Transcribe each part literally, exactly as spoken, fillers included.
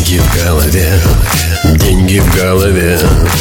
Деньги в голове, деньги в голове.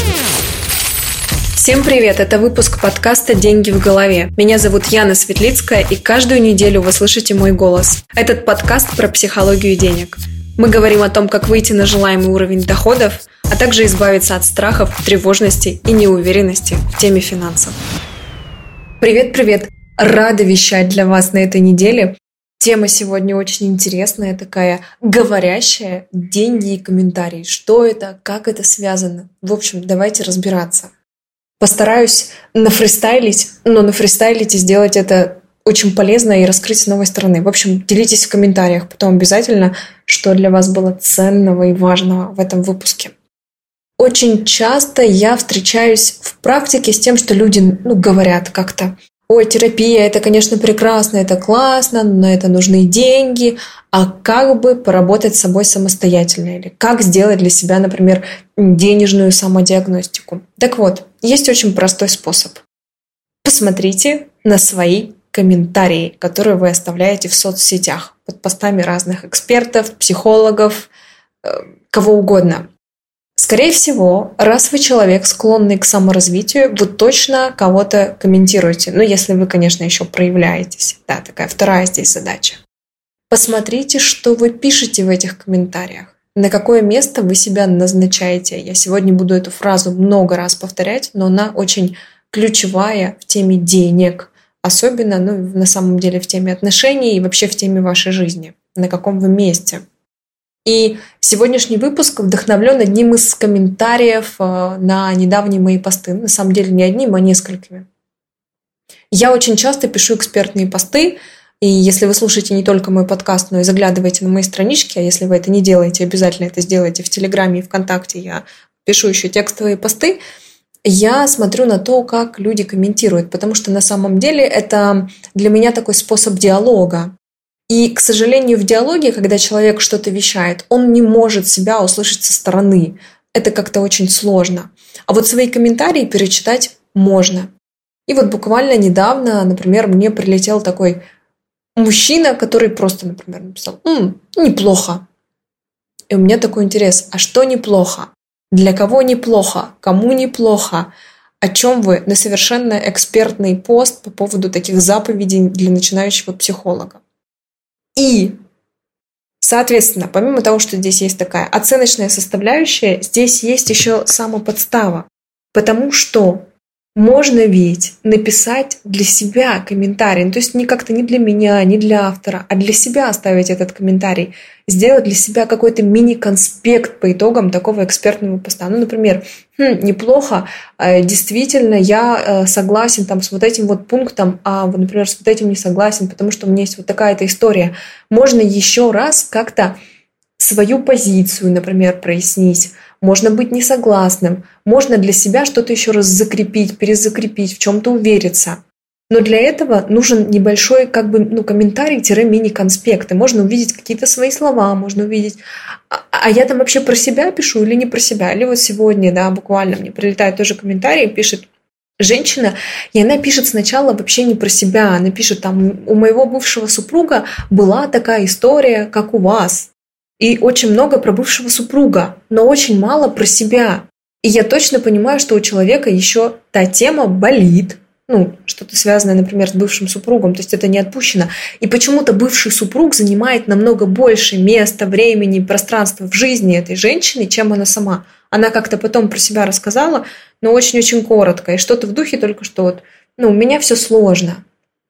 Всем привет! Это выпуск подкаста «Деньги в голове». Меня зовут Яна Светлицкая, и каждую неделю вы слышите мой голос. Этот подкаст про психологию денег. Мы говорим о том, как выйти на желаемый уровень доходов, а также избавиться от страхов, тревожности и неуверенности в теме финансов. Привет-привет! Рада вещать для вас на этой неделе. Тема сегодня очень интересная, такая говорящая: деньги и комментарии. Что это, как это связано? В общем, давайте разбираться. Постараюсь нафристайлить, но нафристайлить и сделать это очень полезно и раскрыть с новой стороны. В общем, делитесь в комментариях потом обязательно, что для вас было ценного и важного в этом выпуске. Очень часто я встречаюсь в практике с тем, что люди ну, говорят как-то: ой, терапия, это, конечно, прекрасно, это классно, но это нужны деньги. А как бы поработать с собой самостоятельно? Или как сделать для себя, например, денежную самодиагностику? Так вот, есть очень простой способ. Посмотрите на свои комментарии, которые вы оставляете в соцсетях под постами разных экспертов, психологов, кого угодно. Скорее всего, раз вы человек, склонный к саморазвитию, вы точно кого-то комментируете. Ну, если вы, конечно, еще проявляетесь. Да, такая вторая здесь задача. Посмотрите, что вы пишете в этих комментариях. На какое место вы себя назначаете. Я сегодня буду эту фразу много раз повторять, но она очень ключевая в теме денег. Особенно, ну, на самом деле, в теме отношений и вообще в теме вашей жизни. На каком вы месте. И сегодняшний выпуск вдохновлен одним из комментариев на недавние мои посты. На самом деле не одним, а несколькими. Я очень часто пишу экспертные посты, и если вы слушаете не только мой подкаст, но и заглядываете на мои странички, а если вы это не делаете, обязательно это сделайте в Телеграме и ВКонтакте, я пишу еще текстовые посты, я смотрю на то, как люди комментируют, потому что на самом деле это для меня такой способ диалога. И, к сожалению, в диалоге, когда человек что-то вещает, он не может себя услышать со стороны. Это как-то очень сложно. А вот свои комментарии перечитать можно. И вот буквально недавно, например, мне прилетел такой мужчина, который просто, например, написал: «М, неплохо». И у меня такой интерес: а что неплохо? Для кого неплохо? Кому неплохо? О чем вы? На совершенно экспертный пост по поводу таких заповедей для начинающего психолога. И, соответственно, помимо того, что здесь есть такая оценочная составляющая, здесь есть еще самоподстава. Потому что можно ведь написать для себя комментарий. Ну, то есть не как-то не для меня, не для автора, а для себя оставить этот комментарий. Сделать для себя какой-то мини-конспект по итогам такого экспертного поста. Ну, например, хм, неплохо, действительно, я согласен там, с вот этим вот пунктом, а, например, с вот этим не согласен, потому что у меня есть вот такая-то история. Можно еще раз как-то свою позицию, например, прояснить. Можно быть несогласным. Можно для себя что-то еще раз закрепить, перезакрепить, в чем-то увериться. Но для этого нужен небольшой как бы, ну, комментарий-мини-конспект. И можно увидеть какие-то свои слова, можно увидеть, а, а я там вообще про себя пишу или не про себя. Или вот сегодня, да, буквально мне прилетает тоже комментарий, пишет женщина, и она пишет сначала вообще не про себя. Она пишет там: у моего бывшего супруга была такая история, как у вас. И очень много про бывшего супруга, но очень мало про себя. И я точно понимаю, что у человека еще та тема болит. Ну, что-то связанное, например, с бывшим супругом, то есть это не отпущено. И почему-то бывший супруг занимает намного больше места, времени, пространства в жизни этой женщины, чем она сама. Она как-то потом про себя рассказала, но очень-очень коротко. И что-то в духе только что вот, ну, у меня все сложно.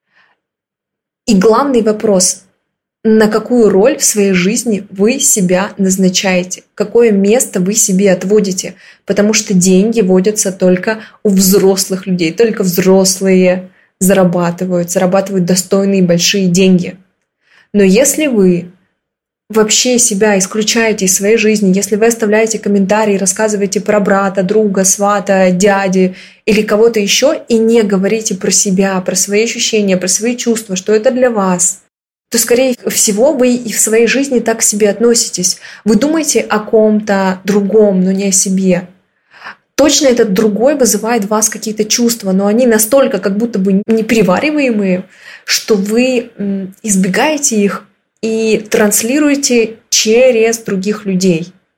И главный вопрос: на какую роль в своей жизни вы себя назначаете? Какое место вы себе отводите? Потому что деньги водятся только у взрослых людей. Только взрослые зарабатывают, зарабатывают достойные большие деньги. Но если вы вообще себя исключаете из своей жизни, если вы оставляете комментарии, рассказываете про брата, друга, свата, дяди или кого-то еще и не говорите про себя, про свои ощущения, про свои чувства, что это для вас, то, скорее всего, вы и в своей жизни так к себе относитесь. Вы думаете о ком-то другом, но не о себе. Точно этот другой вызывает в вас какие-то чувства, но они настолько как будто бы неперевариваемые, что вы избегаете их и транслируете через других людей.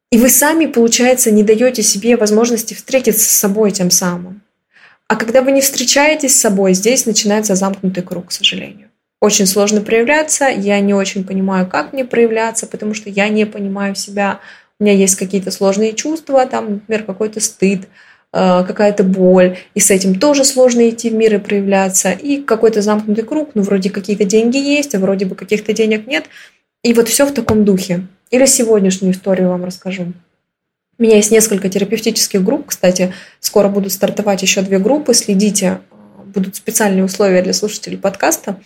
И вы сами, получается, не даете себе возможности встретиться с собой тем самым. А когда вы не встречаетесь с собой, здесь начинается замкнутый круг, к сожалению. Очень сложно проявляться, я не очень понимаю, как мне проявляться, потому что я не понимаю себя, у меня есть какие-то сложные чувства, там, например, какой-то стыд, какая-то боль, и с этим тоже сложно идти в мир и проявляться, и какой-то замкнутый круг, ну, вроде какие-то деньги есть, а вроде бы каких-то денег нет, и вот все в таком духе. Или сегодняшнюю историю вам расскажу. У меня есть несколько терапевтических групп, кстати, скоро будут стартовать еще две группы, следите, будут специальные условия для слушателей подкаста.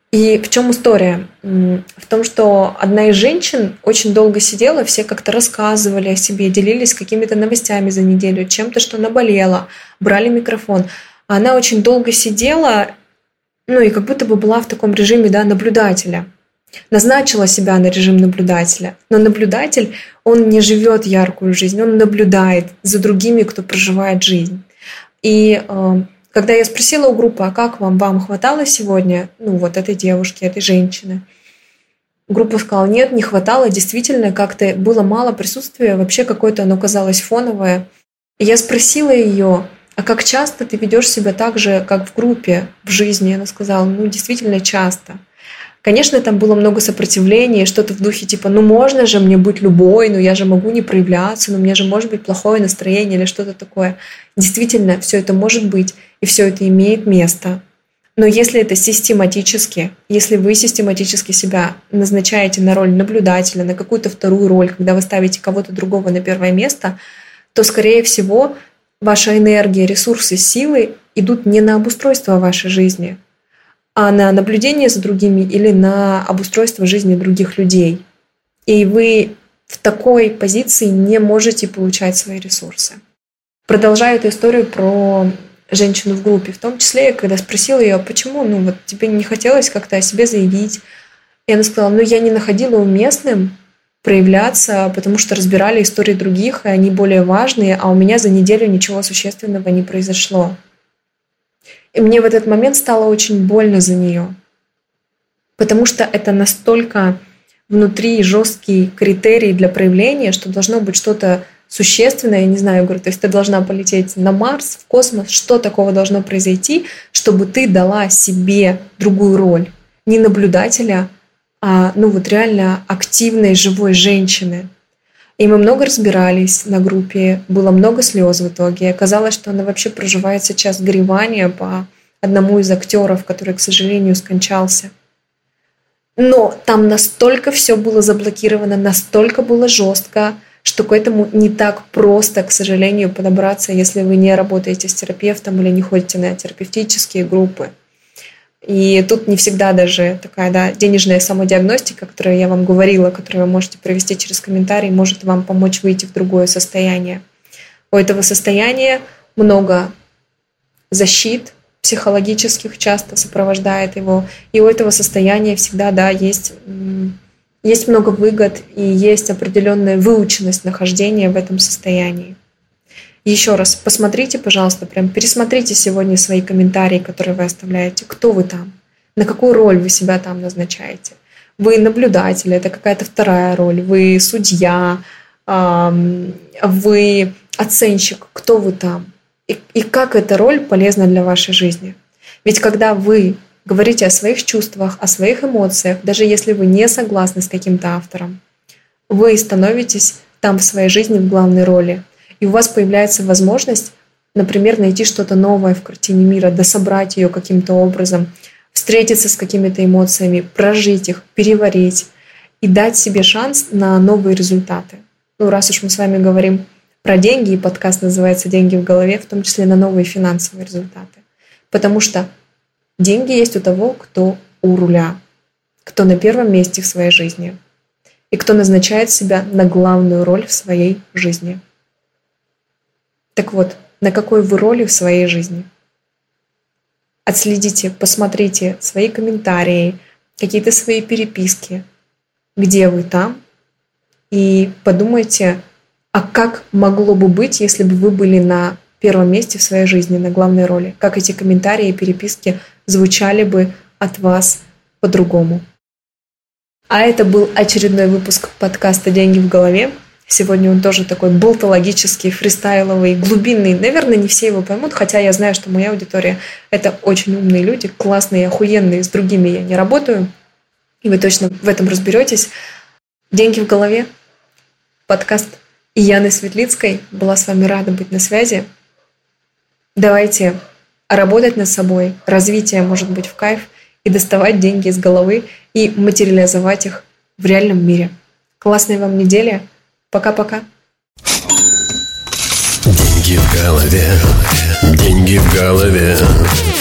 И в чем история? В том, что одна из женщин очень долго сидела, все как-то рассказывали о себе, делились какими-то новостями за неделю, чем-то, что наболело, брали микрофон. А она очень долго сидела, ну и как будто бы была в таком режиме, да, наблюдателя. Назначила себя на режим наблюдателя. Но наблюдатель, он не живет яркую жизнь, он наблюдает за другими, кто проживает жизнь. И э, когда я спросила у группы, а как вам, вам хватало сегодня, ну вот этой девушки, этой женщины, группа сказала, нет, не хватало, действительно, как-то было мало присутствия, вообще какое-то оно казалось фоновое. И я спросила ее, а как часто ты ведешь себя так же, как в группе, в жизни? Она сказала, ну действительно часто. Конечно, там было много сопротивления, что-то в духе типа, ну можно же мне быть любой, ну я же могу не проявляться, ну у меня же может быть плохое настроение или что-то такое. Действительно, все это может быть, и все это имеет место. Но если это систематически, если вы систематически себя назначаете на роль наблюдателя, на какую-то вторую роль, когда вы ставите кого-то другого на первое место, то, скорее всего, ваша энергия, ресурсы, силы идут не на обустройство вашей жизни, а на наблюдение за другими или на обустройство жизни других людей. И вы в такой позиции не можете получать свои ресурсы. Продолжаю эту историю про женщину в группе. В том числе, когда спросила ее, почему ну, вот тебе не хотелось как-то о себе заявить. И она сказала, ну я не находила уместным проявляться, потому что разбирали истории других, и они более важные, а у меня за неделю ничего существенного не произошло. И мне в этот момент стало очень больно за нее, потому что это настолько внутри жесткий критерий для проявления, что должно быть что-то существенное, я не знаю, я говорю, то есть ты должна полететь на Марс, в космос, что такого должно произойти, чтобы ты дала себе другую роль, не наблюдателя, а ну вот реально активной, живой женщины. И мы много разбирались на группе, было много слез в итоге. Оказалось, что она вообще проживает сейчас горевание по одному из актеров, который, к сожалению, скончался. Но там настолько все было заблокировано, настолько было жестко, что к этому не так просто, к сожалению, подобраться, если вы не работаете с терапевтом или не ходите на терапевтические группы. И тут не всегда даже такая да, денежная самодиагностика, о которой я вам говорила, которую вы можете провести через комментарий, может вам помочь выйти в другое состояние. У этого состояния много защит психологических, часто сопровождает его. И у этого состояния всегда да, есть, есть много выгод и есть определенная выученность нахождения в этом состоянии. Еще раз, посмотрите, пожалуйста, прям пересмотрите сегодня свои комментарии, которые вы оставляете. Кто вы там? На какую роль вы себя там назначаете? Вы наблюдатель, это какая-то вторая роль. Вы судья, вы оценщик. Кто вы там? И, и как эта роль полезна для вашей жизни? Ведь когда вы говорите о своих чувствах, о своих эмоциях, даже если вы не согласны с каким-то автором, вы становитесь там в своей жизни в главной роли. И у вас появляется возможность, например, найти что-то новое в картине мира, дособрать ее каким-то образом, встретиться с какими-то эмоциями, прожить их, переварить и дать себе шанс на новые результаты. Ну, раз уж мы с вами говорим про деньги, и подкаст называется «Деньги в голове», в том числе на новые финансовые результаты. Потому что деньги есть у того, кто у руля, кто на первом месте в своей жизни и кто назначает себя на главную роль в своей жизни. Так вот, на какой вы роли в своей жизни? Отследите, посмотрите свои комментарии, какие-то свои переписки, где вы там, и подумайте, а как могло бы быть, если бы вы были на первом месте в своей жизни, на главной роли? Как эти комментарии и переписки звучали бы от вас по-другому? А это был очередной выпуск подкаста «Деньги в голове». Сегодня он тоже такой болтологический, фристайловый, глубинный. Наверное, не все его поймут, хотя я знаю, что моя аудитория – это очень умные люди, классные, охуенные, с другими я не работаю. И вы точно в этом разберетесь. «Деньги в голове», подкаст Яны Светлицкой. Была с вами рада быть на связи. Давайте работать над собой, развитие может быть в кайф, и доставать деньги из головы и материализовать их в реальном мире. Классной вам недели. Пока-пока. Деньги в голове, деньги в голове.